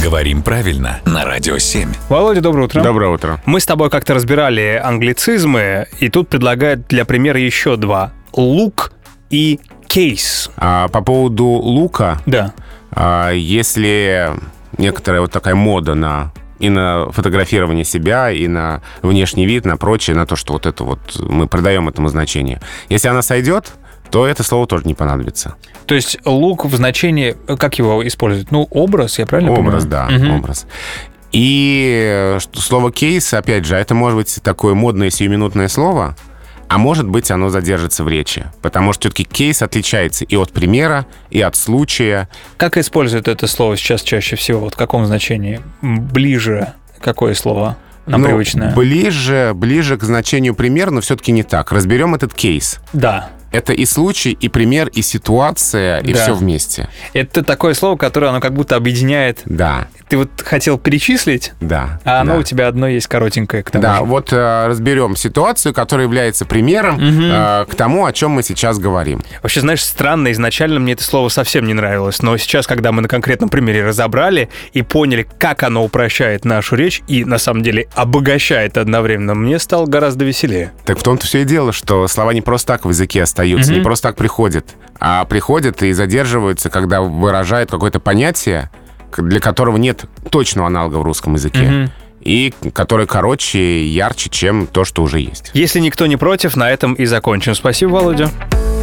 Говорим правильно на Радио 7. Володя, доброе утро. Доброе утро. Мы с тобой как-то разбирали англицизмы, и тут предлагают для примера еще два. Лук и кейс. По поводу лука, Да. если некоторая вот такая мода и на фотографирование себя, и на внешний вид, на прочее, на то, что вот это вот мы придаем этому значение. Если она сойдет, то это слово тоже не понадобится. То есть лук в значении, как его использовать? Ну, образ, я правильно понимаю? Образ, да, образ. И слово «кейс», опять же, это может быть такое модное сиюминутное слово, а может быть, оно задержится в речи. Потому что все-таки кейс отличается и от примера, и от случая. Как используют это слово сейчас чаще всего? Вот в каком значении? Ближе какое слово нам привычное? Ближе к значению пример, но все-таки не так. Разберем этот кейс. Да. Это и случай, и пример, и ситуация, и все вместе. Это такое слово, которое оно как будто объединяет. Да. Ты вот хотел перечислить, да, а оно да. у тебя одно есть коротенькое к тому Да, же. вот разберем ситуацию, которая является примером к тому, о чем мы сейчас говорим. Вообще, знаешь, странно, изначально мне это слово совсем не нравилось, но сейчас, когда мы на конкретном примере разобрали и поняли, как оно упрощает нашу речь и, на самом деле, обогащает одновременно, мне стало гораздо веселее. Так в том-то все и дело, что слова не просто так в языке остаются, не просто так приходят, а приходят и задерживаются, когда выражают какое-то понятие, для которого нет точного аналога в русском языке, и который короче и ярче, чем то, что уже есть. Если никто не против, на этом и закончим. Спасибо, Володя.